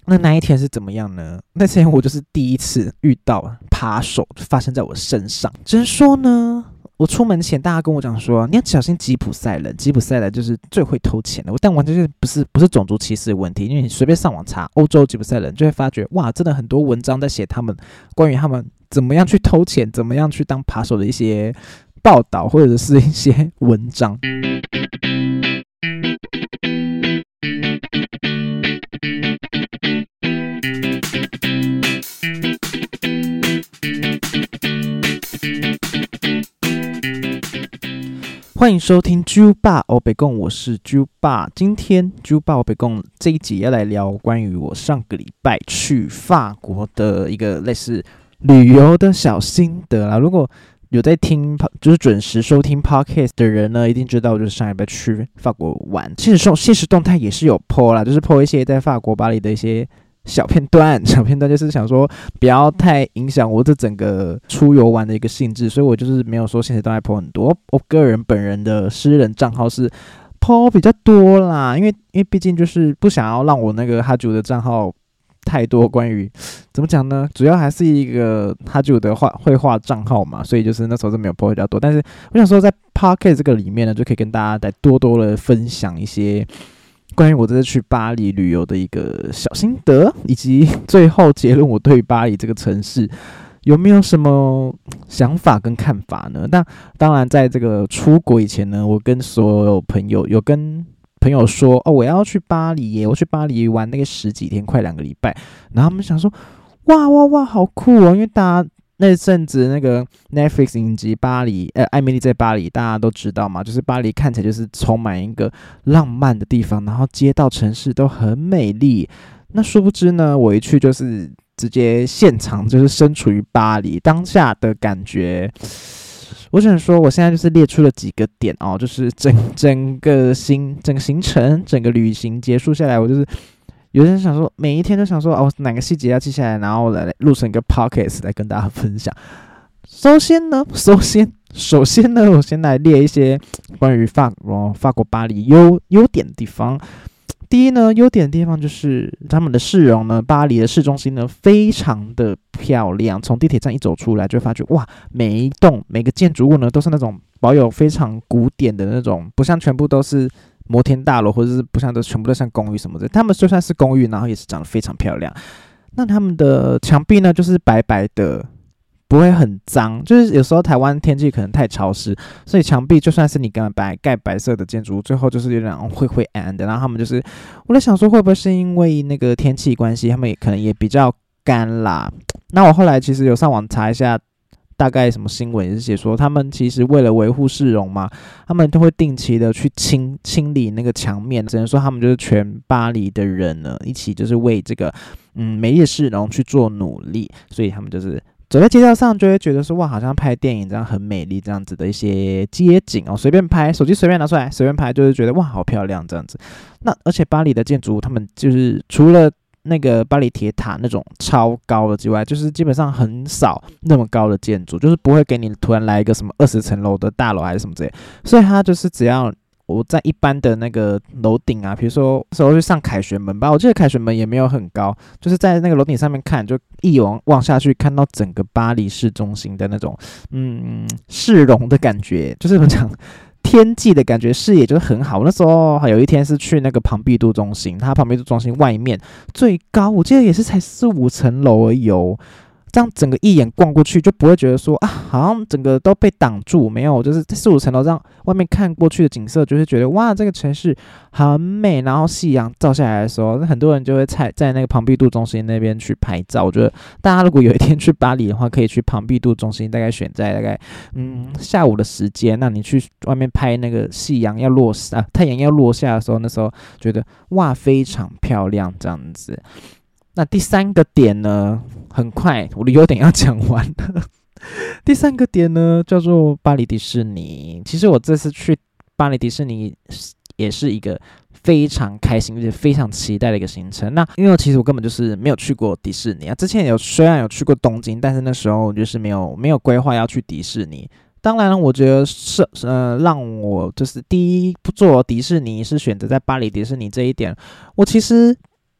那一天是怎么样呢？那天我就是第一次遇到扒手发生在我身上，只能说呢。我出门前，大家跟我讲说，你要小心吉普赛人，吉普赛人就是最会偷钱的。但完全就是不是种族歧视的问题，因为你随便上网查欧洲吉普赛人，就会发觉哇，真的很多文章在写他们关于他们怎么样去偷钱，怎么样去当扒手的一些报道或者是一些文章。欢迎收听啾爸欧北共，我是啾爸。今天啾爸欧北共这一集要来聊关于我上个礼拜去法国的一个类似旅游的小心得啦。如果有在听，就是准时收听 podcast 的人呢，一定知道我就是上礼拜去法国玩。现实动态也是有 po 啦，就是 po 一些在法国巴黎的一些小片段就是想说不要太影响我这整个出游玩的一个兴致，所以我就是没有说现实动态 po 很多。我个人本人的私人账号是 po 比较多啦，因为毕竟就是不想要让我那个哈啾的账号太多关于怎么讲呢，主要还是一个哈啾的绘画账号嘛，所以就是那时候是没有 po 比较多。但是我想说在 Podcast 这个里面呢，就可以跟大家再多多的分享一些关于我这次去巴黎旅游的一个小心得，以及最后结论我对于巴黎这个城市有没有什么想法跟看法呢？那当然在这个出国以前呢，我跟所有朋友有跟朋友说我要去巴黎耶，我去巴黎玩那个10几天，快2个礼拜。然后他们想说哇好酷哦，因为大家那阵子那个 Netflix 影集巴黎，艾米丽在巴黎，大家都知道嘛，就是巴黎看起来就是充满一个浪漫的地方，然后街道城市都很美丽。那殊不知呢，我一去就是直接现场就是身处于巴黎，当下的感觉，我只能说我现在就是列出了几个点哦，就是整个行程，整个旅行结束下来，我就是有人想说，每一天都想说哪个细节要记下来，然后来录成一个 podcast 来跟大家分享。首先呢，我先来列一些关于法国巴黎优点的地方。第一呢，优点的地方就是他们的市容呢，巴黎的市中心呢非常的漂亮，从地铁站一走出来就会发觉哇，每个建筑物呢都是那种保有非常古典的那种，不像全部都是摩天大楼，或者是不像全部都像公寓什么的，他们就算是公寓，然后也是长得非常漂亮。那他们的墙壁呢，就是白白的，不会很脏。就是有时候台湾天气可能太潮湿，所以墙壁就算是你盖白色的建筑物，最后就是有点灰暗的。然后他们就是，我在想说会不会是因为那个天气关系，他们可能也比较干啦。那我后来其实有上网查一下。大概什么新闻也是写说，他们其实为了维护市容嘛，他们都会定期的去清理那个墙面。只能说他们就是全巴黎的人呢，一起就是为这个美丽的市容去做努力。所以他们就是走在街道上，就会觉得说哇，好像拍电影这样很美丽这样子的一些街景哦，随便拍，手机随便拿出来随便拍，就是觉得哇好漂亮这样子。那而且巴黎的建筑，他们就是除了那个巴黎铁塔那种超高的之外，就是基本上很少那么高的建筑，就是不会给你突然来一个什么20层楼的大楼还是什么之类的。所以它就是只要我在一般的那个楼顶啊，比如说那时候去上凯旋门吧，我记得凯旋门也没有很高，就是在那个楼顶上面看，就一望下去看到整个巴黎市中心的那种市容的感觉，就是怎么讲，天际的感觉，视野就是很好。那时候有一天是去那个庞毕度中心，它庞毕度中心外面最高，我记得也是才4-5层楼而已哦。这样整个一眼逛过去，就不会觉得说好像整个都被挡住，没有，就是在4-5层楼这样外面看过去的景色，就是觉得哇，这个城市很美。然后夕阳照下来的时候，很多人就会在那个庞毕度中心那边去拍照。我觉得大家如果有一天去巴黎的话，可以去庞毕度中心，大概选在大概下午的时间，那你去外面拍那个夕阳要落太阳要落下的时候，那时候觉得哇非常漂亮这样子。那第3个点呢，很快我的优点要讲完了。第3个点呢，叫做巴黎迪士尼。其实我这次去巴黎迪士尼也是一个非常开心，而且非常期待的一个行程。那因为其实我根本就是没有去过迪士尼啊，之前虽然有去过东京，但是那时候就是没有规划要去迪士尼。当然我觉得是让我就是第一做迪士尼是选择在巴黎迪士尼这一点，我其实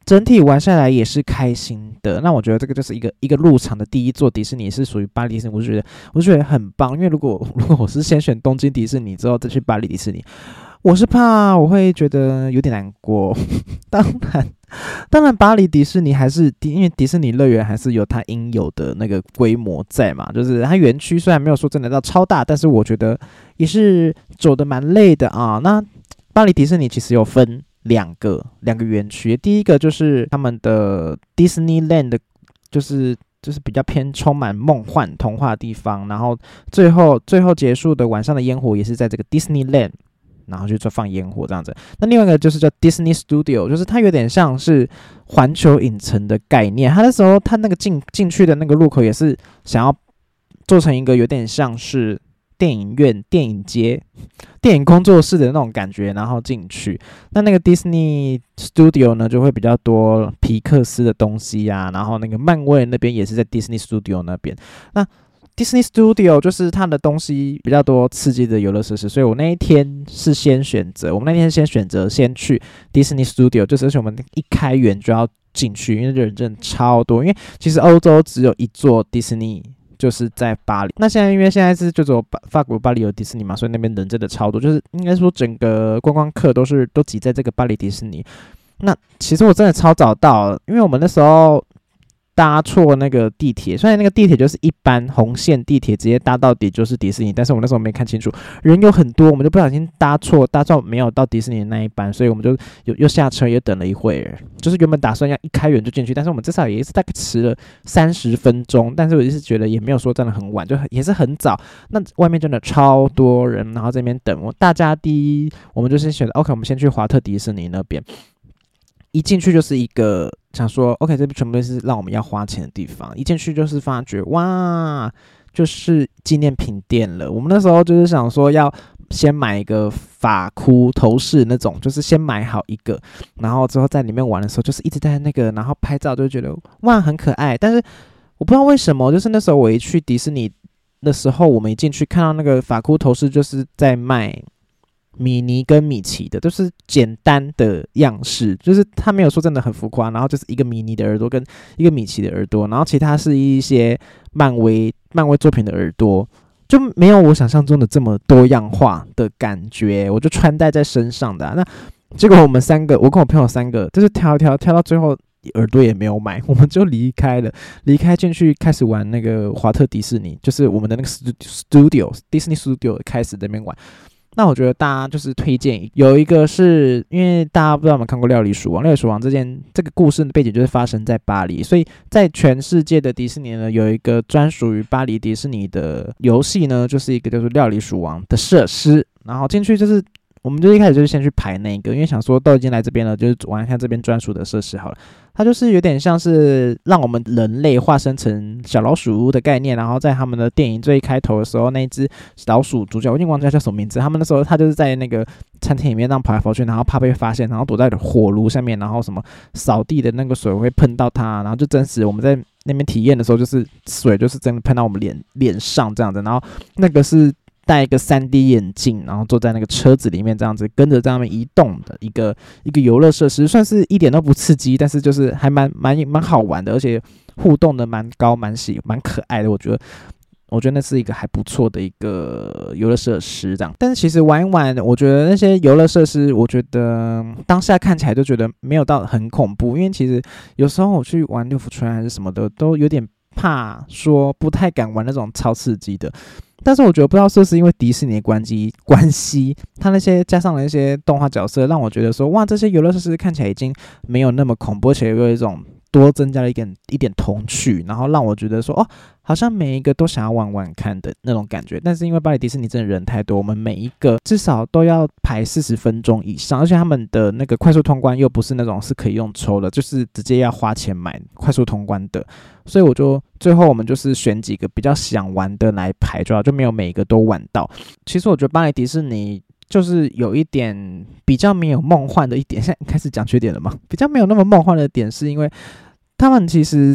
整体玩下来也是开心的。那我觉得这个就是一个入场的第一座迪士尼，是属于巴黎迪士尼，我就觉得很棒。因为如果我是先选东京迪士尼之后再去巴黎迪士尼，我是怕我会觉得有点难过。当然，巴黎迪士尼还是因为迪士尼乐园还是有它应有的那个规模在嘛，就是它园区虽然没有说真的到超大，但是我觉得也是走得蛮累的啊。那巴黎迪士尼其实有分两个园区，第一个就是他们的 Disneyland， 就是比较偏充满梦幻童话的地方，然后最后结束的晚上的烟火也是在这个 Disneyland， 然后就放烟火这样子。那另外一个就是叫 Disney Studio， 就是它有点像是环球影城的概念，它那时候它那个进去的那个入口也是想要做成一个有点像是电影院、电影街、电影工作室的那种感觉，然后进去。那个 Disney Studio 呢，就会比较多皮克斯的东西啊，然后那个漫威那边也是在 Disney Studio 那边。那 Disney Studio 就是它的东西比较多刺激的游乐设施，所以我们那天是先选择先去 Disney Studio， 就是而且我们一开园就要进去，因为人真的超多。因为其实欧洲只有一座 Disney，就是在巴黎。那因为现在是就只有法国巴黎有迪士尼嘛，所以那边人真的超多，就是应该说整个观光客都挤在这个巴黎迪士尼。那其实我真的超早到了，因为我们那时候搭错那个地铁，虽然那个地铁就是一般红线地铁，直接搭到底就是迪士尼，但是我那时候没看清楚，人有很多，我们就不小心搭错没有到迪士尼的那一班，所以我们就又下车也等了一会儿，就是原本打算要一开园就进去，但是我们至少也是大概迟了30分钟，但是我就是觉得也没有说真的很晚，就也是很早。那外面真的超多人，然后在那边等我，大家我们就先选择 OK， 我们先去华特迪士尼那边。一进去就是一个想说 OK， 这边全部都是让我们要花钱的地方，一进去就是发觉哇，就是纪念品店了。我们那时候就是想说要先买一个发箍头饰那种，就是先买好一个，然后之后在里面玩的时候就是一直在那个，然后拍照就觉得哇很可爱。但是我不知道为什么，就是那时候我一去迪士尼的时候，我们一进去看到那个发箍头饰就是在卖米妮跟米奇的，都是简单的样式，就是他没有说真的很浮夸，然后就是一个米妮的耳朵跟一个米奇的耳朵，然后其他是一些漫威作品的耳朵，就没有我想象中的这么多样化的感觉，我就穿戴在身上的那结果我跟我朋友3个就是挑到最后耳朵也没有买，我们就离开进去开始玩那个华特迪士尼，就是我们的那个 Studio Disney Studio 开始在那边玩。那我觉得大家就是推荐有一个是因为大家不知道有没有看过料理鼠王这个故事的背景就是发生在巴黎，所以在全世界的迪士尼呢有一个专属于巴黎迪士尼的游戏呢，就是一个叫做料理鼠王的设施，然后进去就是我们就一开始就是先去排那个，因为想说都已经来这边了，就是玩一下这边专属的设施好了。它就是有点像是让我们人类化身成小老鼠的概念，然后在他们的电影最开头的时候，那一只老鼠主角我已经忘记叫什么名字，他们那时候他就是在那个餐厅里面让跑来跑去，然后怕被发现，然后躲在火炉下面，然后什么扫地的那个水会喷到他，然后就真实我们在那边体验的时候，就是水就是真的喷到我们脸上这样子，然后那个是戴一个 3D 眼镜，然后坐在那个车子里面这样子跟着在那边移动的一个游乐设施，算是一点都不刺激，但是就是还蛮好玩的，而且互动的蛮高蛮可爱的，我觉得那是一个还不错的一个游乐设施这样。但是其实玩一玩，我觉得那些游乐设施，我觉得当下看起来就觉得没有到很恐怖，因为其实有时候我去玩六福村还是什么的，都有点怕说不太敢玩那种超刺激的。但是我觉得不知道是不是因为迪士尼的关系，它那些加上了一些动画角色，让我觉得说哇，这些游乐设施看起来已经没有那么恐怖，而且有一种多增加了一点童趣，然后让我觉得说哦，好像每一个都想要玩玩看的那种感觉。但是因为巴黎迪士尼真的人太多，我们每一个至少都要排40分钟以上，而且他们的那个快速通关又不是那种是可以用抽的，就是直接要花钱买快速通关的。所以最后我们就是选几个比较想玩的来排就好，就没有每一个都玩到。其实我觉得巴黎迪士尼就是有一点比较没有梦幻的一点，现在开始讲缺点了吗？比较没有那么梦幻的点是因为他们其实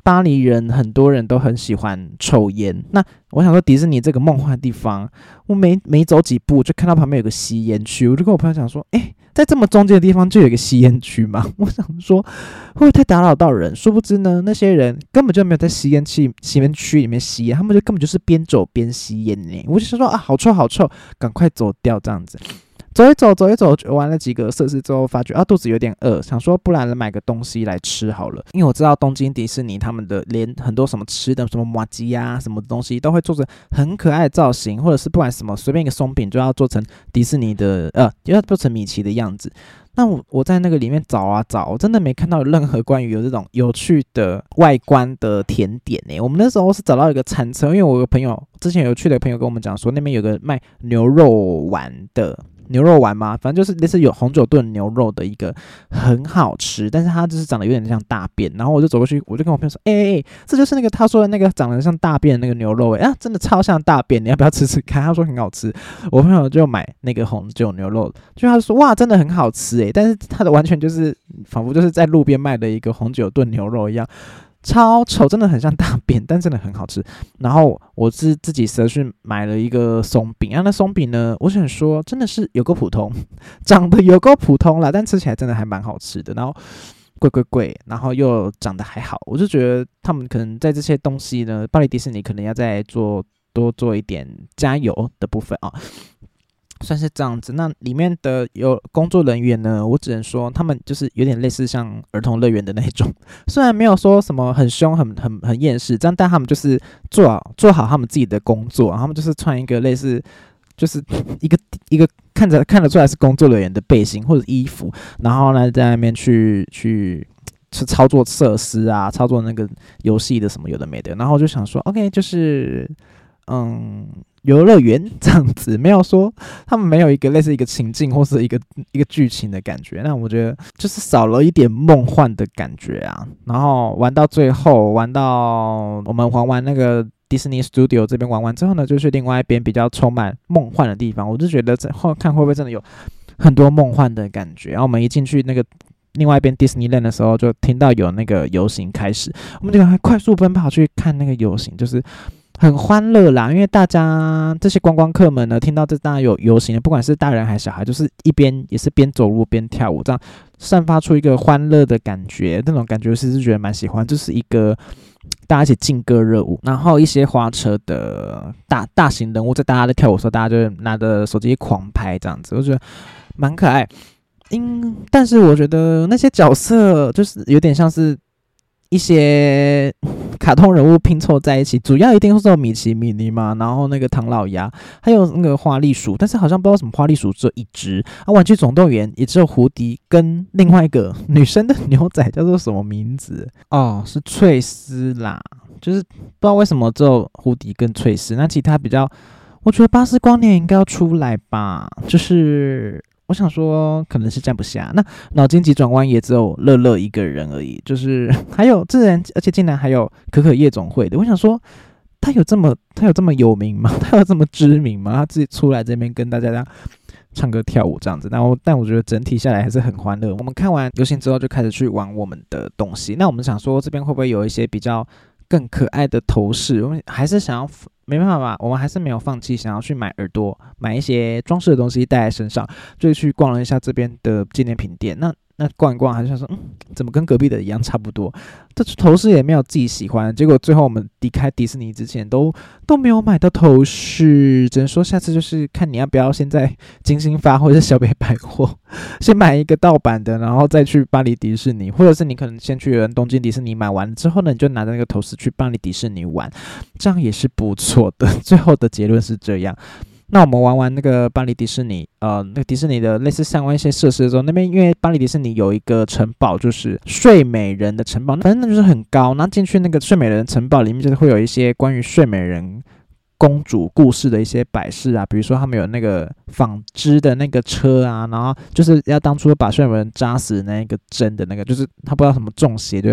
巴黎人很多人都很喜欢抽烟。那我想说，迪士尼这个梦幻的地方，我每走几步就看到旁边有个吸烟区，我就跟我朋友讲说，在这么中间的地方就有一个吸烟区嘛？我想说，会不会太打扰到人？殊不知呢，那些人根本就没有在吸烟区里面吸烟，他们就根本就是边走边吸烟呢。我就想说啊，好臭好臭，赶快走掉这样子。走一走，玩了几个设施之后，发觉肚子有点饿，想说不然买个东西来吃好了。因为我知道东京迪士尼他们的连很多什么吃的，什么麻吉啊，什么东西都会做成很可爱的造型，或者是不管什么随便一个松饼就要做成迪士尼的就要做成米奇的样子。那我在那个里面找啊找，我真的没看到任何关于有这种有趣的外观的甜点欸。我们那时候是找到一个餐车，因为我有个朋友之前有去的朋友跟我们讲说，那边有个卖牛肉丸嘛，反正就是类似有红酒炖牛肉的一个很好吃，但是它就是长得有点像大便。然后我就走过去，我就跟我朋友说，这就是那个他说的那个长得像大便的那个牛肉真的超像大便，你要不要吃吃看？他说很好吃，我朋友就买那个红酒牛肉，就他说哇，真的很好吃但是他的完全就是仿佛就是在路边卖的一个红酒炖牛肉一样。超丑，真的很像大便，但真的很好吃。然后我是自己蛇去买了一个松饼，那松饼呢，我想说真的是有够普通，长得有够普通啦，但吃起来真的还蛮好吃的。然后贵，然后又长得还好，我就觉得他们可能在这些东西呢，巴黎迪士尼可能要再多做一点加油的部分算是这样子。那里面的有工作人员呢，我只能说他们就是有点类似像儿童乐园的那种，虽然没有说什么很凶很厌世，这样但他们就是做好他们自己的工作，他们就是穿一个类似就是一个看得出来是工作人员的背心或者衣服，然后呢在那边去操作设施啊，操作那个游戏的什么有的没的，然后我就想说 OK 就是游乐园这样子，没有说他们没有一个类似一个情境或是一个剧情的感觉，那我觉得就是少了一点梦幻的感觉啊。然后玩到最后，玩到我们玩完那个Disney Studio 这边玩完之后呢，就是另外一边比较充满梦幻的地方，我就觉得看会不会真的有很多梦幻的感觉。然后我们一进去那个另外一边 Disneyland 的时候，就听到有那个游行开始，我们就赶快快速奔跑去看那个游行，就是很欢乐啦。因为大家这些观光客们呢，听到这当然有游行，不管是大人还是小孩，就是也是边走路边跳舞，这样散发出一个欢乐的感觉。那种感觉是觉得蛮喜欢，就是一个大家一起劲歌热舞，然后一些花车的大型人物在大家在跳舞的时候，大家就拿着手机狂拍这样子，我觉得蛮可爱。但是我觉得那些角色就是有点像是一些卡通人物拼凑在一起，主要一定是有米奇、米妮嘛，然后那个唐老鸭，还有那个花栗鼠，但是好像不知道什么花栗鼠只有一只玩具总动员也只有胡迪跟另外一个女生的牛仔叫做什么名字是翠丝啦，就是不知道为什么只有胡迪跟翠丝，那其他比较，我觉得巴斯光年应该要出来吧，就是我想说可能是站不下，那脑筋急转弯也只有乐乐一个人而已，就是还有这人，而且竟然还有可可夜总会的，我想说他有这么有名吗？他有这么知名吗？他自己出来这边跟大家这样唱歌跳舞这样子，但我觉得整体下来还是很欢乐。我们看完游行之后就开始去玩我们的东西，那我们想说这边会不会有一些比较更可爱的头饰，我们还是想要没办法吧，我们还是没有放弃，想要去买耳朵，买一些装饰的东西带在身上，就去逛了一下这边的纪念品店。那逛一逛，还是想说，怎么跟隔壁的一样差不多？这头饰也没有自己喜欢，结果最后我们离开迪士尼之前都没有买到头饰，只能说下次就是看你要不要现在精心发或者是小北百货先买一个盗版的，然后再去巴黎迪士尼，或者是你可能先去东京迪士尼买完之后呢，你就拿着那个头饰去巴黎迪士尼玩，这样也是不错的。最后的结论是这样。那我们玩完那个巴黎迪士尼，那个迪士尼的类似相关一些设施的时候，那边因为巴黎迪士尼有一个城堡，就是睡美人的城堡，反正那就是很高。那进去那个睡美人城堡里面，就是会有一些关于睡美人公主故事的一些摆饰啊，比如说他们有那个纺织的那个车啊，然后就是要当初把睡美人扎死的那个针的那个，就是他不知道什么中邪就要去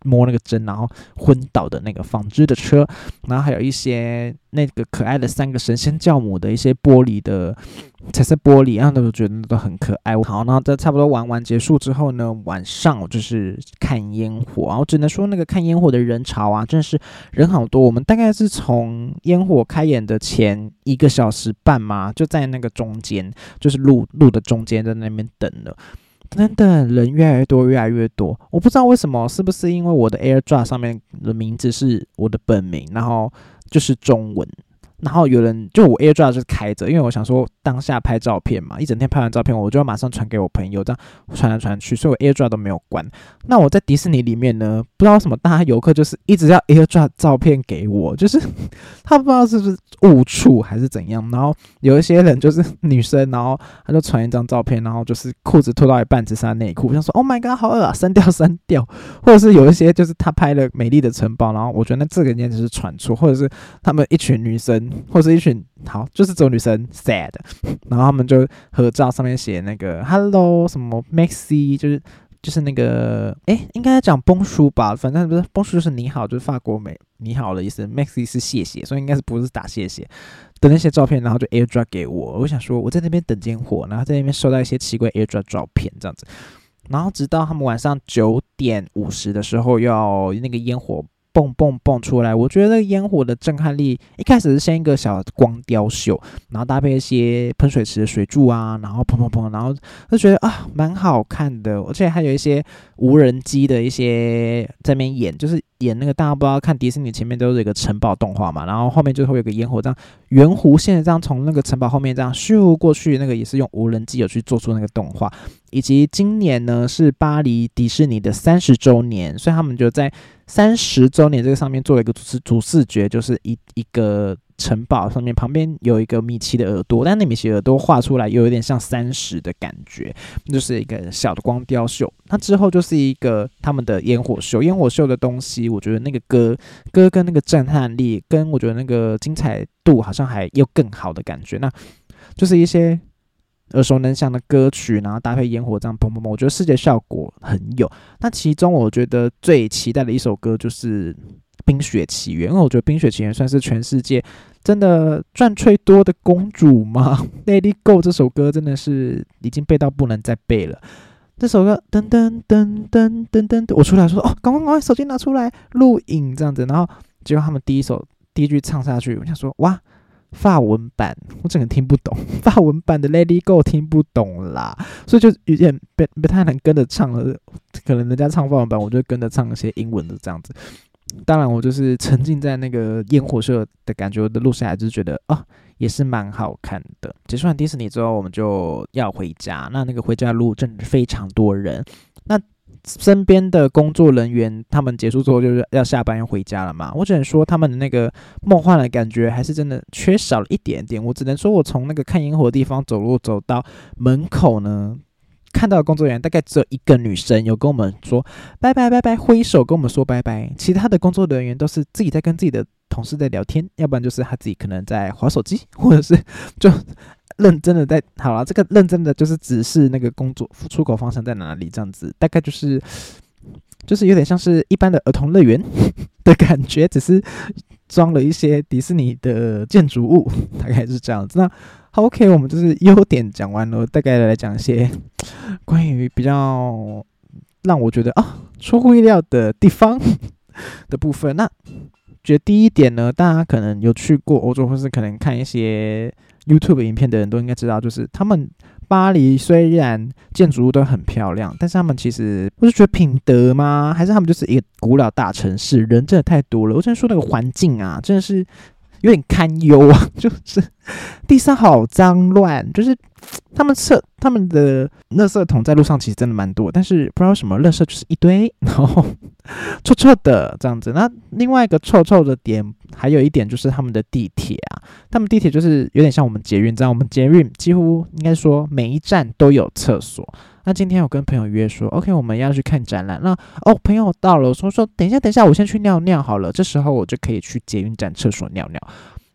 摸那个针然后昏倒的那个纺织的车，然后还有一些那个可爱的3个神仙教母的一些玻璃的彩色玻璃，然后我觉得都很可爱。好，然后这差不多玩完结束之后呢，晚上我就是看烟火啊，我只能说那个看烟火的人潮啊，真的是人好多。我们大概是从烟火开演的前1个小时半嘛，就在那个中间，就是路的中间，在那边等了。真的人越来越多，越来越多。我不知道为什么，是不是因为我的 AirDrop 上面的名字是我的本名，然后就是中文。然后有人就我 AirDrop 就是开着，因为我想说当下拍照片嘛，一整天拍完照片，我就要马上传给我朋友，这样传来传去，所以我 AirDrop 都没有关。那我在迪士尼里面呢，不知道为什么大家游客就是一直要 AirDrop 照片给我，就是他不知道是不是误触还是怎样。然后有一些人就是女生，然后他就传一张照片，然后就是裤子脱到一半只剩下内裤，我想说 Oh my god 好恶啊，删掉。或者是有一些就是他拍了美丽的城堡，然后我觉得那这个应该就是传错，或者是他们一群女生。或是一群好，就是只有女生 sad， 然后他们就合照，上面写那个 hello 什么 Maxi， 就是那个应该讲 bonjour 吧，反正不是 bonjour 就是你好，就是法国美你好的意思。Maxi 是谢谢，所以应该是不是打谢谢的那些照片，然后就 AirDrop 给我。我想说我在那边等烟火，然后在那边收到一些奇怪 AirDrop 照片这样子，然后直到他们晚上9点50的时候要那个烟火。蹦出来，我觉得那个烟火的震撼力，一开始是先一个小光雕秀，然后搭配一些喷水池的水柱啊，然后砰，然后就觉得啊蛮好看的，而且还有一些无人机的一些在那边演，就是演那个大家不知道看迪士尼前面都是一个城堡动画嘛，然后后面就会有个烟火这样圆弧线这样从那个城堡后面这样咻过去，那个也是用无人机有去做出那个动画。以及今年呢是巴黎迪士尼的30周年，所以他们就在30周年这个上面做了一个主视觉，就是一个城堡上面旁边有一个米奇的耳朵，但那米奇耳朵画出来又有点像30的感觉，就是一个小的光雕秀。那之后就是一个他们的烟火秀，烟火秀的东西，我觉得那个歌跟那个震撼力，跟我觉得那个精彩度好像还有更好的感觉。那就是一些耳熟能详的歌曲，然后搭配烟火这样砰，我觉得视觉效果很有。那其中我觉得最期待的一首歌就是《冰雪奇缘》，因为我觉得《冰雪奇缘》算是全世界真的赚最多的公主嘛。Let It Go 这首歌真的是已经背到不能再背了。这首歌噔噔噔噔噔噔，我出来说哦，赶快手机拿出来录影这样子，然后结果他们第一句唱下去，我想说哇。法文版我整个听不懂，法文版的 Let It Go 听不懂啦，所以就有点不太能跟着唱了。可能人家唱法文版，我就跟着唱一些英文的这样子。当然，我就是沉浸在那个烟火秀的感觉的路下来，就是觉得也是蛮好看的。结束完迪士尼之后，我们就要回家。那个回家的路真的非常多人。那身边的工作人员他们结束之后就是要下班要回家了嘛，我只能说他们的那个梦幻的感觉还是真的缺少了一点点。我只能说我从那个看烟火的地方走到门口呢，看到的工作人员大概只有一个女生有跟我们说拜拜拜拜，挥手跟我们说拜拜，其他的工作人员都是自己在跟自己的同事在聊天，要不然就是他自己可能在滑手机，或者是就认真的在好啦，这个认真的就是指示那个工作出口方向在哪里，这样子大概就是有点像是一般的儿童乐园的感觉，只是装了一些迪士尼的建筑物，大概是这样子。那好 OK， 我们就是优点讲完了，大概来讲一些关于比较让我觉得出乎意料的地方的部分。那觉得第一点呢，大家可能有去过欧洲，或是可能看一些 YouTube 影片的人都应该知道，就是他们巴黎虽然建筑物都很漂亮，但是他们其实不是觉得品德吗？还是他们就是一个古老大城市，人真的太多了。我真的说那个环境啊，真的是有点堪忧啊，就是地上好脏乱，就是他们的垃圾桶在路上其实真的蛮多，但是不知道为什么垃圾就是一堆，然后臭臭的这样子。那另外一个臭臭的点，还有一点就是他们的地铁啊，他们地铁就是有点像我们捷运这样，我们捷运几乎应该说每一站都有厕所。那今天我跟朋友约说 OK 我们要去看展览，那朋友到了，我说等一下我先去尿尿好了，这时候我就可以去捷运站厕所尿尿。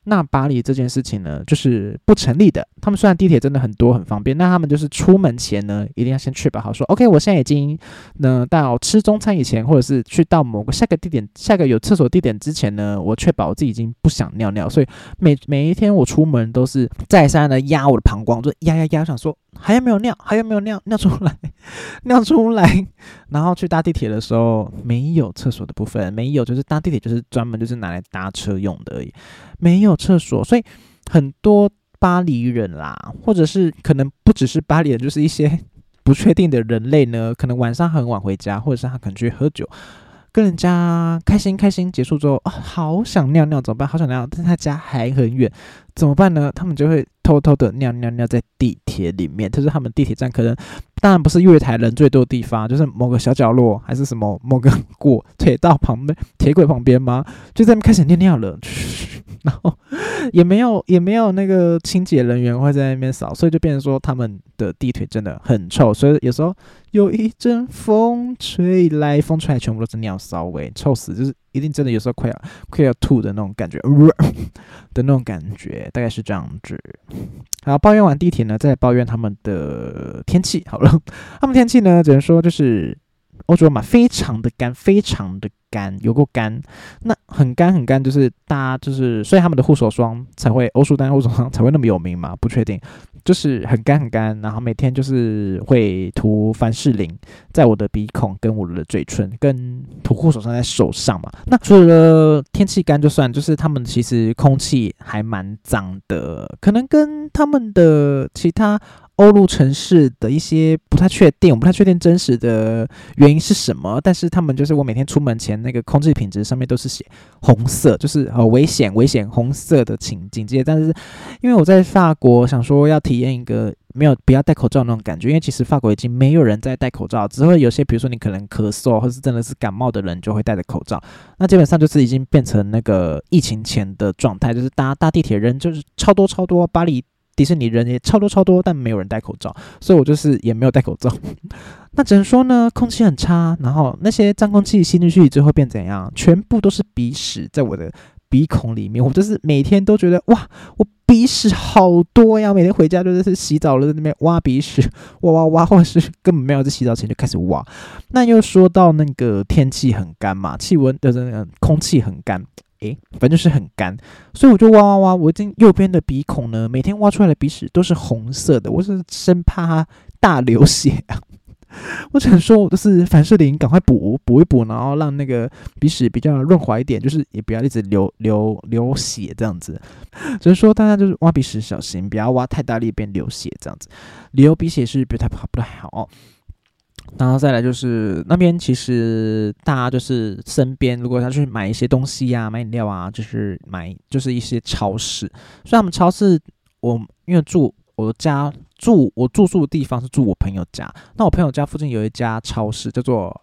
那巴黎这件事情呢，就是不成立的。他们虽然地铁真的很多很方便，但他们就是出门前呢，一定要先确保好说 ，OK， 我现在已经到吃中餐以前，或者是去到某个下个有厕所地点之前呢，我确保我自己已经不想尿尿，所以每一天我出门都是再三的压我的膀胱，就压，想说还有没有尿，尿出来，尿出来。然后去搭地铁的时候，没有厕所的部分，没有，就是搭地铁就是专门就是拿来搭车用的而已，没有厕所，所以很多巴黎人啦，或者是可能不只是巴黎人，就是一些不确定的人类呢，可能晚上很晚回家，或者是他可能去喝酒，跟人家开心结束之后，好想尿尿怎么办？好想尿尿，但是他家还很远，怎么办呢？他们就会偷偷的尿在地铁里面，就是他们地铁站可能当然不是月台人最多的地方，就是某个小角落，还是什么某个铁道旁边、铁轨旁边吗？就在那边开始尿了，然后也没有那个清洁人员会在那边扫，所以就变成说他们的地铁真的很臭，所以有时候有一阵风吹来，全部都是尿骚味，臭死，就是一定真的有时候快要吐的那种感觉，的那种感觉，大概是这样子。好，抱怨完地铁呢，再来抱怨他们的天气。好了，他们天气呢，只能说就是欧洲嘛，非常的干，有够干。那很干，就是大家就是，所以他们的护手霜才会欧舒丹护手霜才会那么有名嘛？不确定，就是很干，然后每天就是会涂凡士林在我的鼻孔跟我的嘴唇，跟涂护手霜在手上嘛。那除了天气干就算，就是他们其实空气还蛮脏的，可能跟他们的其他欧陆城市的一些不太确定真实的原因是什么，但是他们就是我每天出门前那个空气品质上面都是写红色，就是危险红色的情境。但是因为我在法国想说要体验一个不要戴口罩那种感觉，因为其实法国已经没有人在戴口罩，只会有些比如说你可能咳嗽或是真的是感冒的人就会戴着口罩，那基本上就是已经变成那个疫情前的状态，就是搭地铁人就是超多，巴黎迪士尼人也超多，但没有人戴口罩，所以我就是也没有戴口罩。那只能说呢，空气很差，然后那些脏空气吸进去之后变怎样，全部都是鼻屎在我的鼻孔里面。我就是每天都觉得哇，我鼻屎好多呀！每天回家就是洗澡了，在那边挖鼻屎，挖，或者是根本没有在洗澡前就开始挖。那又说到那个天气很干嘛，气温的那个空气很干。反正就是很干，所以我就挖，我已经右边的鼻孔呢，每天挖出来的鼻屎都是红色的，我是生怕它大流血啊。我只能说，我就是凡士林赶快补一补，然后让那个鼻屎比较润滑一点，就是也不要一直流血这样子。只是说大家就是挖鼻屎小心，不要挖太大力变流血这样子，流鼻血是不太好。然后再来就是那边其实大家就是身边如果要去买一些东西啊，买饮料啊，就是买就是一些超市，所以他们超市因为我住宿的地方是住我朋友家，那我朋友家附近有一家超市叫做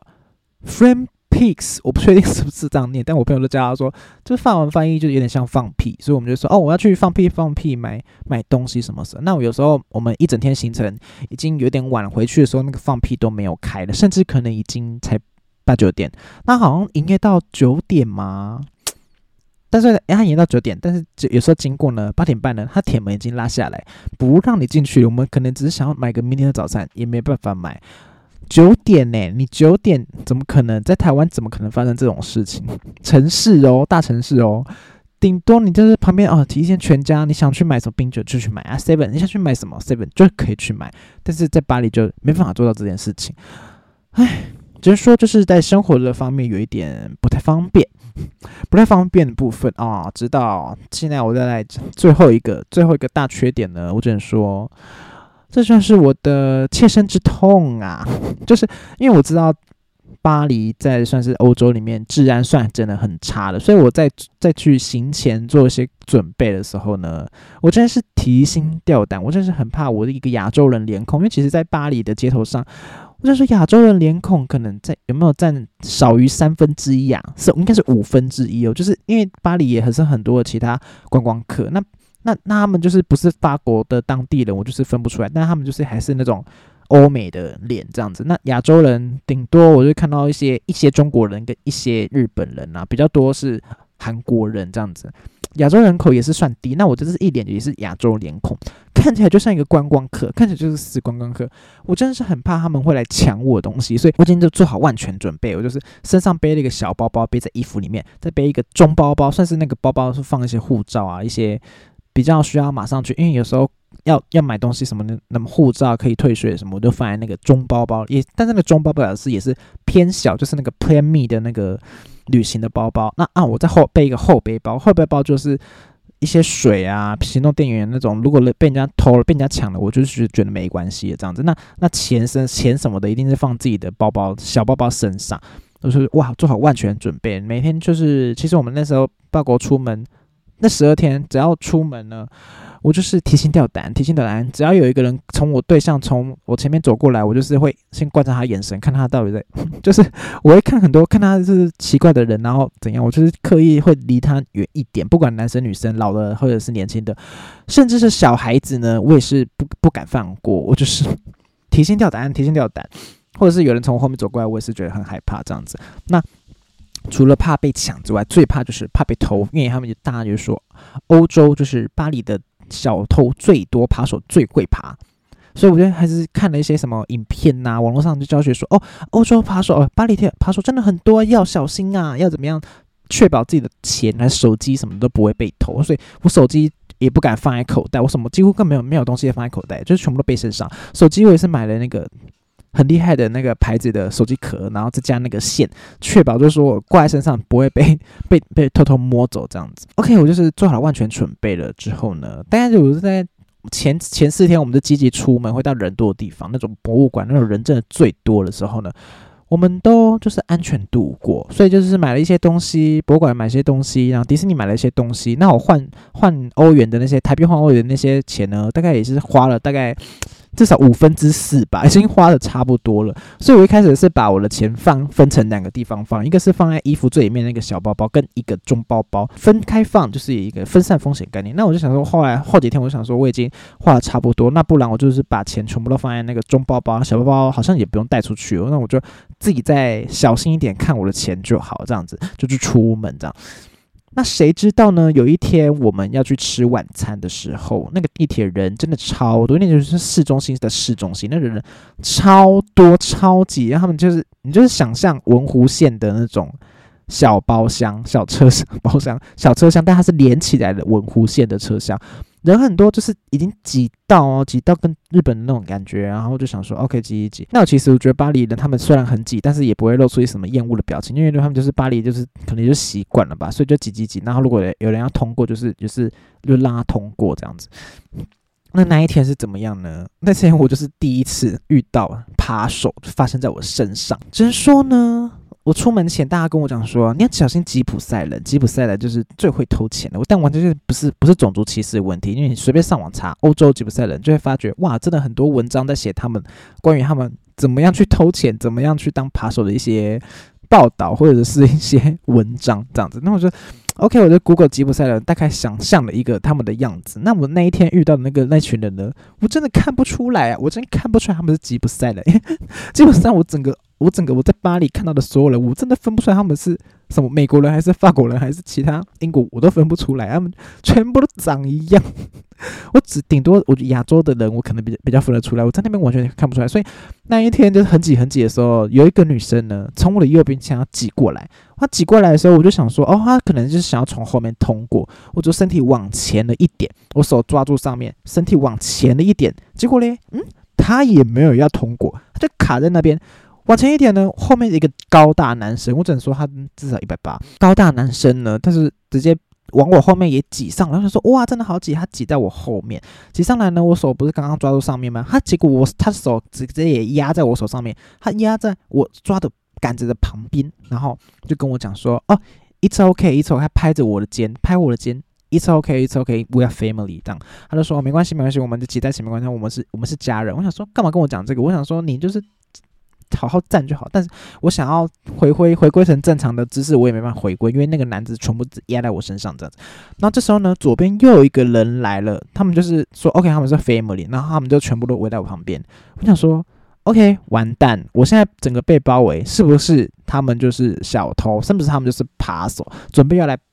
Frampix， 我不确定是不是这样念，但我朋友就叫他说，就是法文翻译就有点像放屁，所以我们就说我要去放屁买东西什么的。那有时候我们一整天行程已经有点晚了，回去的时候那个放屁都没有开了，甚至可能已经才8、9点，那好像营业到9点吗？但是他营业到9点，但是有时候经过呢8点半呢，他铁门已经拉下来，不让你进去。我们可能只是想要买个明天的早餐，也没办法买。9点呢？你9点怎么可能在台湾？怎么可能发生这种事情？城市哦，大城市哦，顶多你就是旁边提前全家，你想去买什么冰酒就去买啊 ，7 你想去买什么 7就可以去买，但是在巴黎就没办法做到这件事情。只是说就是在生活的方面有一点不太方便的部分啊。直到现在我再来最后一个大缺点呢，我只能说。这算是我的切身之痛啊！就是因为我知道巴黎在算是欧洲里面治安算真的很差的，所以我在去行前做一些准备的时候呢，我真的是提心吊胆，我真的是很怕我的一个亚洲人脸孔，因为其实在巴黎的街头上，我就说亚洲人脸孔可能有没有占少于1/3啊？应该是1/5哦，就是因为巴黎也还是很多的其他观光客，那他们就是不是法国的当地人，我就是分不出来，但他们就是还是那种欧美的脸这样子。那亚洲人顶多我就看到一些中国人跟一些日本人啊，比较多是韩国人这样子。 亚洲人口也是算低，那我这是一脸也是亚洲脸孔，看起来就像一个观光客，看起来就是死观光客。我真的是很怕他们会来抢我的东西，所以我今天就做好万全准备。我就是身上背了一个小包包，背在衣服里面，再背一个中包包，算是那个包包是放一些护照啊，一些比较需要马上去，因为有时候要买东西什么的，那么护照可以退税什么，我就放在那个中包包。但那个中包包也是偏小，就是那个 Plan Me 的那个旅行的包包。那我再背一个后背包，后背包就是一些水啊、行动电源那种，如果被人家偷了、被人家抢了，我就是觉得没关系的这样子。那钱什么的，一定是放自己的包包、小包包身上。就是哇，做好万全准备。每天就是，其实我们那时候报国出门那12天，只要出门呢，我就是提心吊胆。只要有一个人从我对象从我前面走过来，我就是会先观察他眼神，看他到底在，就是我会看他是奇怪的人，然后怎样，我就是刻意会离他远一点，不管男生女生，老的或者是年轻的，甚至是小孩子呢，我也是不敢放过，我就是提心吊胆。或者是有人从我后面走过来，我也是觉得很害怕这样子。那除了怕被抢之外，最怕就是怕被偷，因为他们大家就说欧洲就是巴黎的小偷最多，扒手最会扒，所以我觉得还是看了一些什么影片啊，网络上就教学说欧洲扒手，巴黎的扒手真的很多，要小心啊，要怎么样确保自己的钱还是手机什么都不会被偷，所以我手机也不敢放在口袋，我什么几乎更没有东西放在口袋，就是全部都背身上。手机我也是买了那个很厉害的那个牌子的手机壳，然后再加那个线，确保就是说我挂在身上不会被偷偷摸走这样子。OK， 我就是做好了万全准备了之后呢，大概我是在前4天，我们就积极出门，会到人多的地方，那种博物馆那种人真的最多的时候呢，我们都就是安全度过。所以就是买了一些东西，博物馆买一些东西，然后迪士尼买了一些东西。那我换欧元的那些台币换欧元的那些钱呢，大概也是花了大概至少4/5吧，已经花的差不多了。所以我一开始是把我的钱分成2个地方放，一个是放在衣服最里面那个小包包，跟一个中包包分开放，就是一个分散风险概念。那我就想说，后几天我就想说，我已经花的差不多，那不然我就是把钱全部都放在那个中包包，小包包好像也不用带出去，那我就自己再小心一点看我的钱就好，这样子就去出门这样。那谁知道呢？有一天我们要去吃晚餐的时候，那个地铁人真的超多，那就是市中心的市中心，那个人超多超级，然后他们就是你就是想象文湖线的那种小包厢、小车厢，但它是连起来的文湖线的车厢。人很多，就是已经挤到跟日本的那种感觉，然后就想说 OK 挤。那其实我觉得巴黎人他们虽然很挤，但是也不会露出什么厌恶的表情，因为他们就是巴黎就是可能就习惯了吧，所以就挤。然后如果有人要通过，就让他通过这样子。那一天是怎么样呢？那天我就是第一次遇到扒手发生在我身上，只能说呢。我出门前，大家跟我讲说，你要小心吉普赛人就是最会偷钱的。但完全就是不是种族歧视的问题，因为你随便上网查欧洲吉普赛人，就会发觉哇，真的很多文章在写他们关于他们怎么样去偷钱，怎么样去当扒手的一些报道或者是一些文章这样子。那我就 OK， 我就 Google 吉普赛人，大概想象了一个他们的样子。那我那一天遇到的那群人呢，我真的看不出来啊，我真看不出来他们是吉普赛人。基本上我在巴黎看到的所有人，我真的分不出来他们是什么美国人还是法国人还是其他英国，我都分不出来，他们全部都长一样。我顶多我亚洲的人我可能比较分得出来，我在那边完全看不出来。所以那一天就是很挤的时候，有一个女生呢从我的右边想要挤过来，她挤过来的时候我就想说她可能就是想要从后面通过，我就身体往前了一点，我手抓住上面，身体往前了一点，结果咧她也没有要通过，她就卡在那边。往前一点呢，后面一个高大男生，我只能说他至少180，高大男生呢，但是直接往我后面也挤上来，然后就说哇，真的好挤，他挤在我后面，挤上来呢，我手不是刚刚抓住上面吗？结果他手直接也压在我手上面，他压在我抓的杆子的旁边，然后就跟我讲说，it's okay， 他拍着我的肩，It's okay, we are family 这样，他就说没关系，我们就挤在一起没关系，我们是家人。我想说干嘛跟我讲这个？我想说你就是好好站就好，但是我想要回归成正常的姿势，我也没办法回归，因为那个男子全部压在我身上这样子。然后这时候呢，左边又有一个人来了，他们就是说 OK， 他们是 family， 然后他们就全部都围在我旁边。我想说 OK， 完蛋，我现在整个被包围，是不是他们就是小偷，是不是他们就是扒手，准备要来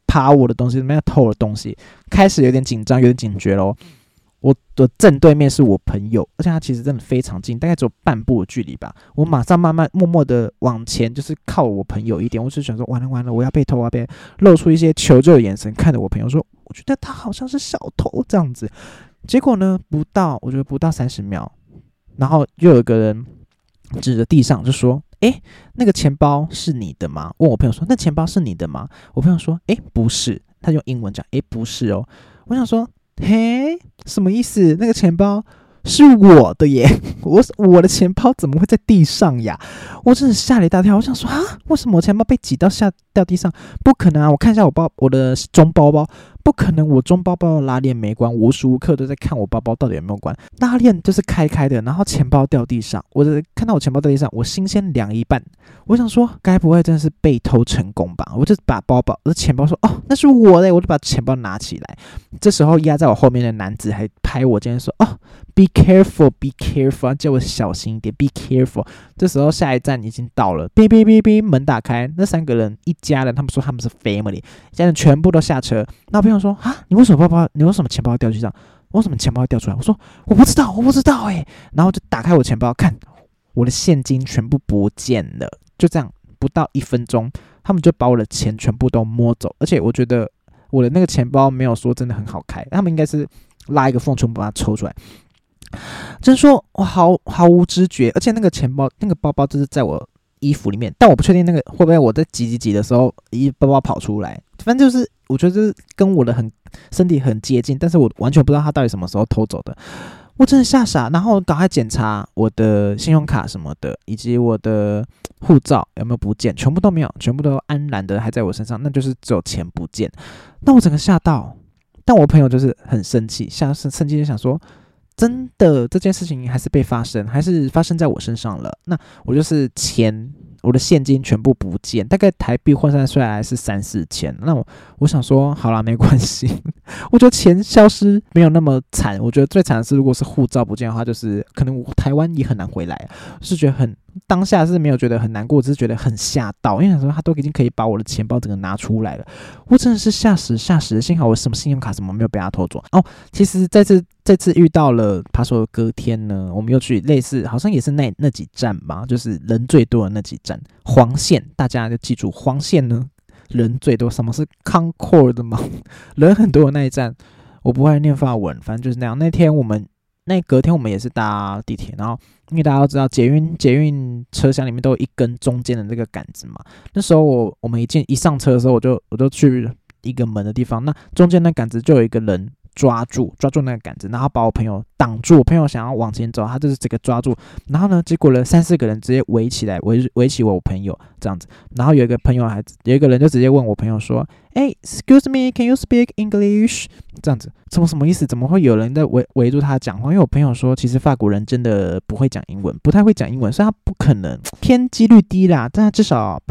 扒我的东西，怎么样偷我的东西，开始有点紧张，有点警觉咯。我的正对面是我朋友，而且他其实真的非常近，大概只有半步的距离吧。我马上慢慢默默的往前，就是靠我朋友一点。我就想说，完了完了，我要被偷，我要被露出一些求救的眼神，看着我朋友说，我觉得他好像是小偷这样子。结果呢，我觉得不到30秒，然后又有一个人指着地上就说：“那个钱包是你的吗？”问我朋友说：“那钱包是你的吗？”我朋友说：“不是。”他用英文讲：“不是哦。”我想说。嘿，什么意思？那个钱包是我的耶！我的钱包怎么会在地上呀？我真的吓了一大跳。我想说啊，为什么我钱包被挤到掉地上？不可能啊！我看一下我的中包包，不可能，我中包包的拉链没关，无时无刻都在看我包包到底有没有关。拉链就是开的，然后钱包掉地上，看到我钱包掉地上，我心先凉一半。我想说，该不会真的是被偷成功吧？我就把我的钱包说，哦，那是我的，我就把钱包拿起来。这时候压在我后面的男子还拍我肩说，哦 ，Be careful, be careful， 叫我小心一点 ，Be careful。这时候下一站已经到了，哔哔哔哔，门打开，那3个人一家人，他们说他们是 family， 一家人全部都下车。那我朋友说啊，你为什么钱包掉地上？为什么钱包会掉出来？我说我不知道然后就打开我钱包看，我的现金全部不见了。就这样，不到1分钟，他们就把我的钱全部都摸走。而且我觉得我的那个钱包没有说真的很好开，他们应该是拉一个缝全部把它抽出来。真说我毫无知觉，而且那个钱包那个包包就是在我衣服里面，但我不确定那个会不会我在挤的时候包包跑出来。反正就是我觉得就是跟我的身体很接近，但是我完全不知道他到底什么时候偷走的。我真的吓傻，然后赶快检查我的信用卡什么的，以及我的护照有没有不见，全部都没有，全部都安然的还在我身上，那就是只有钱不见。那我整个吓到，但我朋友就是很生气，生气就想说，真的这件事情还是还是发生在我身上了。那我就是我的现金全部不见，大概台币换算出来是3-4千。那我想说，好啦，没关系。我觉得钱消失没有那么惨，我觉得最惨的是，如果是护照不见的话，就是可能台湾也很难回来。是觉得当下是没有觉得很难过，只是觉得很吓到，因为想说他都已经可以把我的钱包整个拿出来了，我真的是吓死，幸好我什么信用卡什么没有被他偷走。哦，其实这次遇到了扒手的隔天呢，我们又去类似好像也是那几站吧，就是人最多的那几站，黄线，大家就记住黄线呢人最多。什么是 Concord 吗？人很多的那一站，我不会念法文，反正就是那样。隔天我们也是搭地铁，然后因为大家都知道捷运车厢里面都有一根中间的那个杆子嘛，那时候我们一上车的时候，我就去一个门的地方，那中间那杆子就有一个人抓住那个杆子，然后把我朋友挡住。我朋友想要往前走，他就是这个抓住，然后呢，结果呢3-4个人直接围起来，围起我朋友这样子。然后有一个人就直接问我朋友说：“Excuse me, can you speak English？” 这样子，什么意思？怎么会有人在围住他讲话？因为我朋友说，其实法国人真的不会讲英文，不太会讲英文，所以他不可能，偏几率低啦，但他至少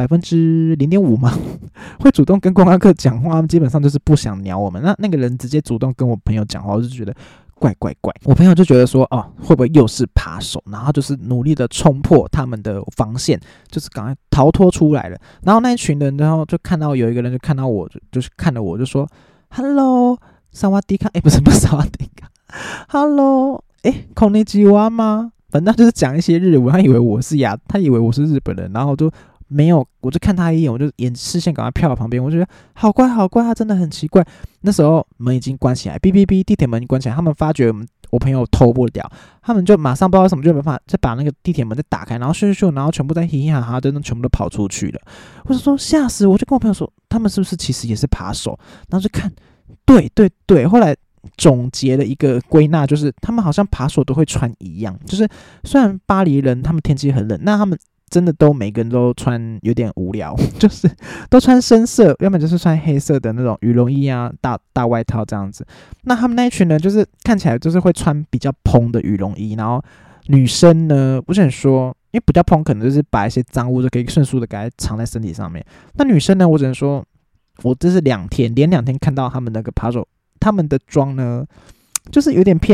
0.5%嘛，会主动跟观光客讲话，他们基本上就是不想鸟我们。那个人直接主动跟我朋友讲话，我就觉得怪。我朋友就觉得说，哦，会不会又是扒手？然后就是努力的冲破他们的防线，就是赶快逃脱出来了。然后那一群人，然后就看到有一个人就看到我，就是看了我就说 ：“Hello， 萨瓦迪卡。”不是萨瓦迪卡 ，Hello， こんにちは吗？反正就是讲一些日文，他以为我是日本人，然后就没有，我就看他一眼，我就视线赶快瞟到旁边，我觉得好怪，他真的很奇怪。那时候门已经关起来，哔哔哔，地铁门已经关起来，他们发觉我朋友偷不了，他们就马上不知道为什么就没办法再把那个地铁门再打开，然后咻，然后全部在嘻嘻哈哈，真的全部都跑出去了。我就说吓死我，就跟我朋友说，他们是不是其实也是扒手？然后就看，对，后来总结了一个归纳，就是他们好像扒手都会穿一样，就是虽然巴黎人他们天气很冷，那他们真的都每个人都穿有点无聊，就是都穿深色，要么就是穿黑色的那种羽绒衣啊，大外套这样子。那他们那一群人就是看起来就是会穿比较蓬的羽绒衣，然后女生呢，我想说，因为比较蓬可能就是把一些脏物就可以迅速的给它藏在身体上面。那女生呢，我只能说，我这是连2天看到他们那个扒手，他们的妆呢，就是有点偏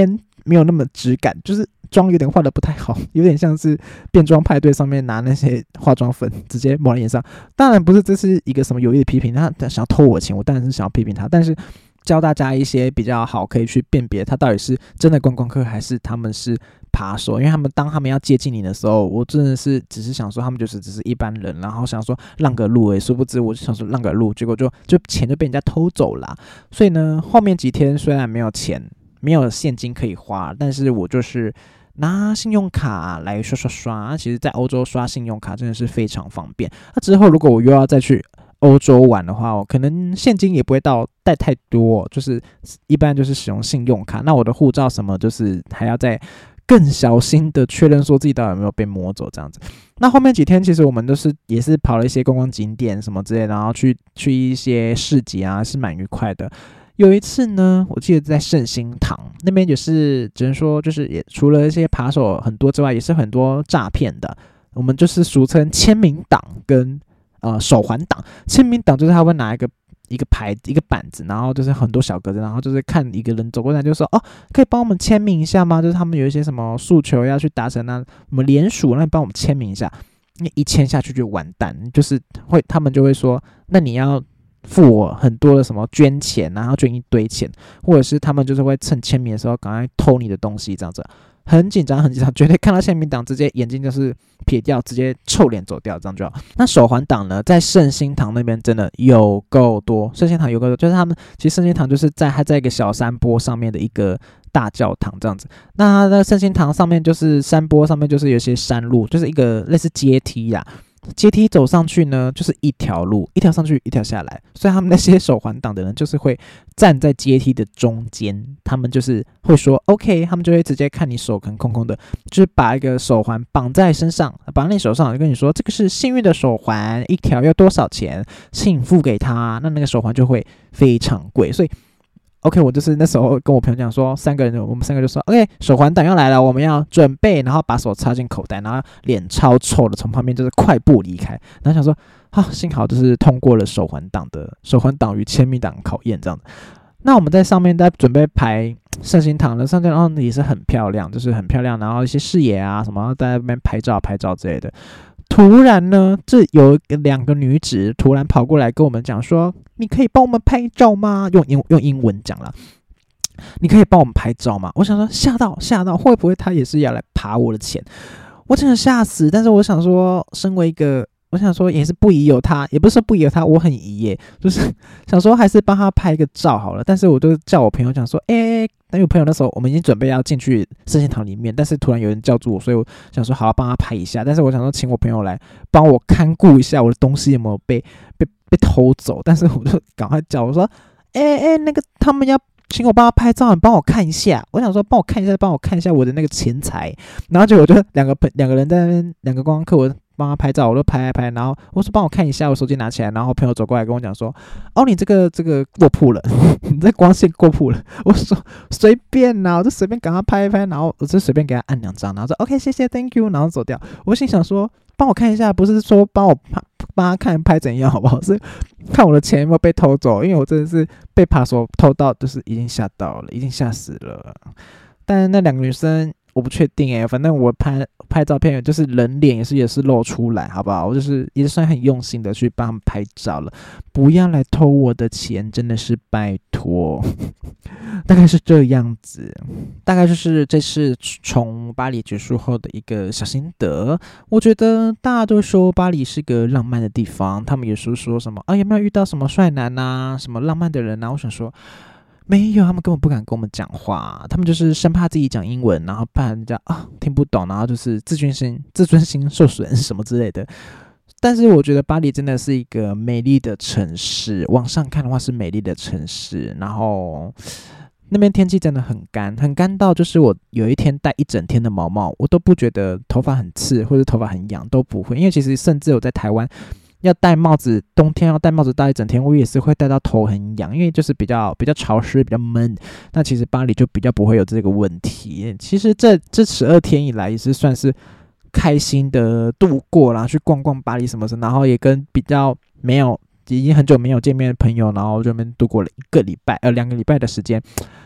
没有那么质感，就是妆有点画的不太好，有点像是变装派对上面拿那些化妆粉直接抹在脸上。当然不是这是一个什么有意的批评，他想要偷我钱，我当然是想要批评他，但是教大家一些比较好可以去辨别他到底是真的观光客还是他们是扒手，因为当他们要接近你的时候，我真的是只是想说他们就是只是一般人，然后想说让个路殊不知我就想说让个路，结果就钱就被人家偷走了。所以呢，后面几天虽然没有钱没有现金可以花，但是我就是拿信用卡来刷。其实在欧洲刷信用卡真的是非常方便。那之后如果我又要再去欧洲玩的话，我可能现金也不会带太多，就是一般就是使用信用卡。那我的护照什么就是还要再更小心的确认说自己到底有没有被摸走这样子。那后面几天其实我们也是跑了一些观光景点什么之类的，然后去一些市集啊，是蛮愉快的。有一次呢，我记得在圣心堂那边也是，只能说就是也除了一些扒手很多之外，也是很多诈骗的。我们就是俗称签名党跟手环党。签名党就是他会拿一个板子，然后就是很多小格子，然后就是看一个人走过来就说可以帮我们签名一下吗？就是他们有一些什么诉求要去达成啊，我们联署，那你帮我们签名一下。你一签下去就完蛋，就是他们就会说，那你要付我很多的什么捐钱，然后捐一堆钱，或者是他们就是会趁签名的时候赶快偷你的东西，这样子很紧张，绝对看到签名党直接眼睛就是撇掉，直接臭脸走掉，这样就好。那手环党呢，在圣心堂那边真的有够多，圣心堂有够多，就是他们其实圣心堂就是它在一个小山坡上面的一个大教堂这样子。那它的圣心堂上面就是山坡上面就是有些山路，就是一个类似阶梯啦。阶梯走上去呢，就是一条路，一条上去，一条下来，所以他们那些手环党的人就是会站在阶梯的中间，他们就是会说 OK， 他们就会直接看你手可能空空的，就是把一个手环绑在身上，绑在你手上，就跟你说这个是幸运的手环，一条要多少钱，请付给他，那个手环就会非常贵。所以OK， 我就是那时候跟我朋友讲说，我们三个就说 OK， 手环党要来了，我们要准备，然后把手插进口袋，然后脸超臭的从旁边就是快步离开，然后想说幸好就是通过了手环党与签名党考验这样子。那我们在上面在准备排圣心堂的上面，也是很漂亮，就是很漂亮，然后一些视野啊什么，在那边拍照之类的。突然呢，这有两个女子突然跑过来跟我们讲说，你可以帮我们拍照吗？用英文讲啦，你可以帮我们拍照吗？我想说吓到，会不会他也是要来扒我的钱？我真的吓死。但是我想说，身为一个，我想说也是不疑有他，也不是说不疑有他，我很疑耶，就是想说还是帮他拍一个照好了。但是我就叫我朋友讲说，但有朋友那时候我们已经准备要进去圣心堂里面，但是突然有人叫住我，所以我想说好，帮他拍一下。但是我想说请我朋友来帮我看顾一下我的东西有没有被偷走，但是我就赶快叫我说，那个他们要请我帮他拍照，你帮我看一下。我想说帮我看一下我的那个钱财。然后结果就两个人在那边，两个观光客，我帮他拍照，我就拍，然后我说帮我看一下，我手机拿起来，然后朋友走过来跟我讲说，你这个过曝了，你这光线过曝了。我说随便啦，我就随便赶他拍，然后我就随便给他按2张，然后说 OK 谢谢 Thank you， 然后走掉。我心想说帮我看一下，不是说帮他看拍怎样好不好，是看我的钱有没有被偷走，因为我真的是被扒手偷到，就是已经吓到了，已经吓死了。但是那两个女生我不确定反正我拍照片就是人脸也是露出来，好不好？我就是也算很用心的去帮他们拍照了，不要来偷我的钱，真的是拜托。大概是这样子，大概就是这次从巴黎结束后的一个小心得。我觉得大家都说巴黎是个浪漫的地方，他们也说什么有没有遇到什么帅男啊，什么浪漫的人啊？我想说没有，他们根本不敢跟我们讲话，他们就是生怕自己讲英文，然后怕人家听不懂，然后就是自尊心受损什么之类的。但是我觉得巴黎真的是一个美丽的城市，往上看的话是美丽的城市，然后那边天气真的很干到就是我有一天戴一整天的毛毛，我都不觉得头发很刺或者头发很痒，都不会。因为其实甚至我在台湾要戴帽子，冬天要戴帽子戴一整天，我也是会戴到头很痒，因为就是比较潮湿，比较闷。那其实巴黎就比较不会有这个问题。其实这12天以来也是算是开心的度过啦，去逛逛巴黎什么的，然后也跟比较已经很久没有见面的朋友，然后就那边度过了2个礼拜的时间。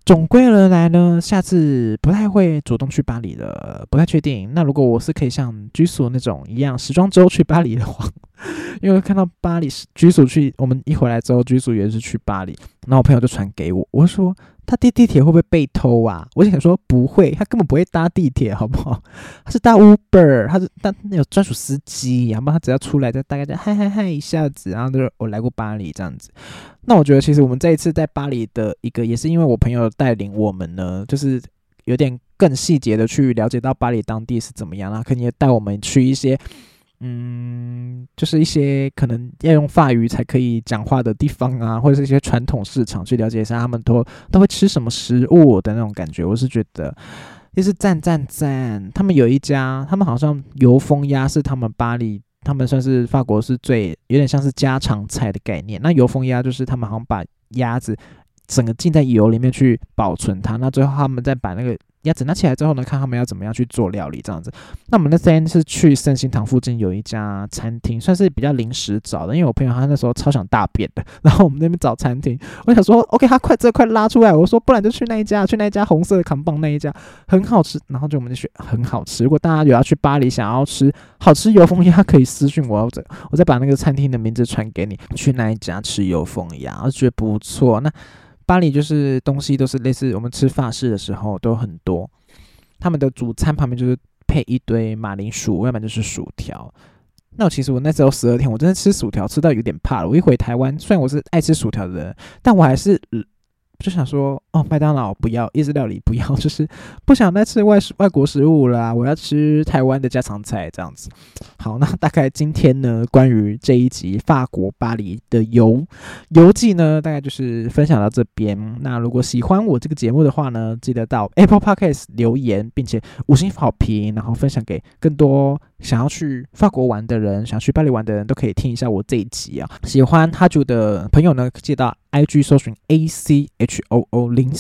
总归而来呢，下次不太会主动去巴黎了，不太确定。那如果我是可以像居所那种一样时装周去巴黎的话，因为看到巴黎居所去，我们一回来之后，居所也是去巴黎，然后我朋友就传给我，我就说他地铁会不会被偷啊？我就想说不会，他根本不会搭地铁，好不好？他是搭 Uber， 他有专属司机，然后他只要出来就大概就嗨嗨嗨一下子，然后就我来过巴黎这样子。那我觉得其实我们这一次在巴黎的一个，也是因为我朋友带领我们呢，就是有点更细节的去了解到巴黎当地是怎么样啦，可能也带我们去一些就是一些可能要用法语才可以讲话的地方啊，或者是一些传统市场，去了解一下他们都会吃什么食物的那种感觉。我是觉得也是赞。他们有一家，他们好像油封鸭是他们巴黎，他们算是法国是最有点像是家常菜的概念。那油封鸭就是他们好像把鸭子整个浸在油里面去保存它，那最后他们再把那个鸭子拿起来之后呢，看他们要怎么样去做料理这样子。那我们那天是去圣心堂附近有一家餐厅，算是比较临时找的，因为我朋友他那时候超想大便的，然后我们那边找餐厅，我想说 OK， 他快拉出来，我说不然就去那一家红色的扛棒那一家很好吃，然后就我们就去很好吃。如果大家有要去巴黎想要吃好吃油封鸭，可以私讯我，我再把那个餐厅的名字传给你，去那一家吃油封鸭，我觉得不错。那巴黎就是东西都是类似我们吃法式的时候都很多，他们的主餐旁边就是配一堆马铃薯，要不然就是薯条。那其实我那时候12天，我真的吃薯条吃到有点怕了。我一回台湾，虽然我是爱吃薯条的人，但我还是就想说，麦当劳不要，意式料理不要，就是不想再吃外国食物啦，我要吃台湾的家常菜这样子。好，那大概今天呢，关于这一集法国巴黎的游记呢，大概就是分享到这边。那如果喜欢我这个节目的话呢，记得到 Apple Podcast 留言，并且5星好评，然后分享给更多想要去法国玩的人，想要去巴黎玩的人都可以听一下我这一集啊。喜欢哈主的朋友呢，记得到 IG 搜寻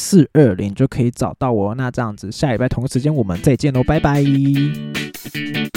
ACHOO0420就可以找到我。那这样子，下礼拜同个时间我们再见喽，拜拜。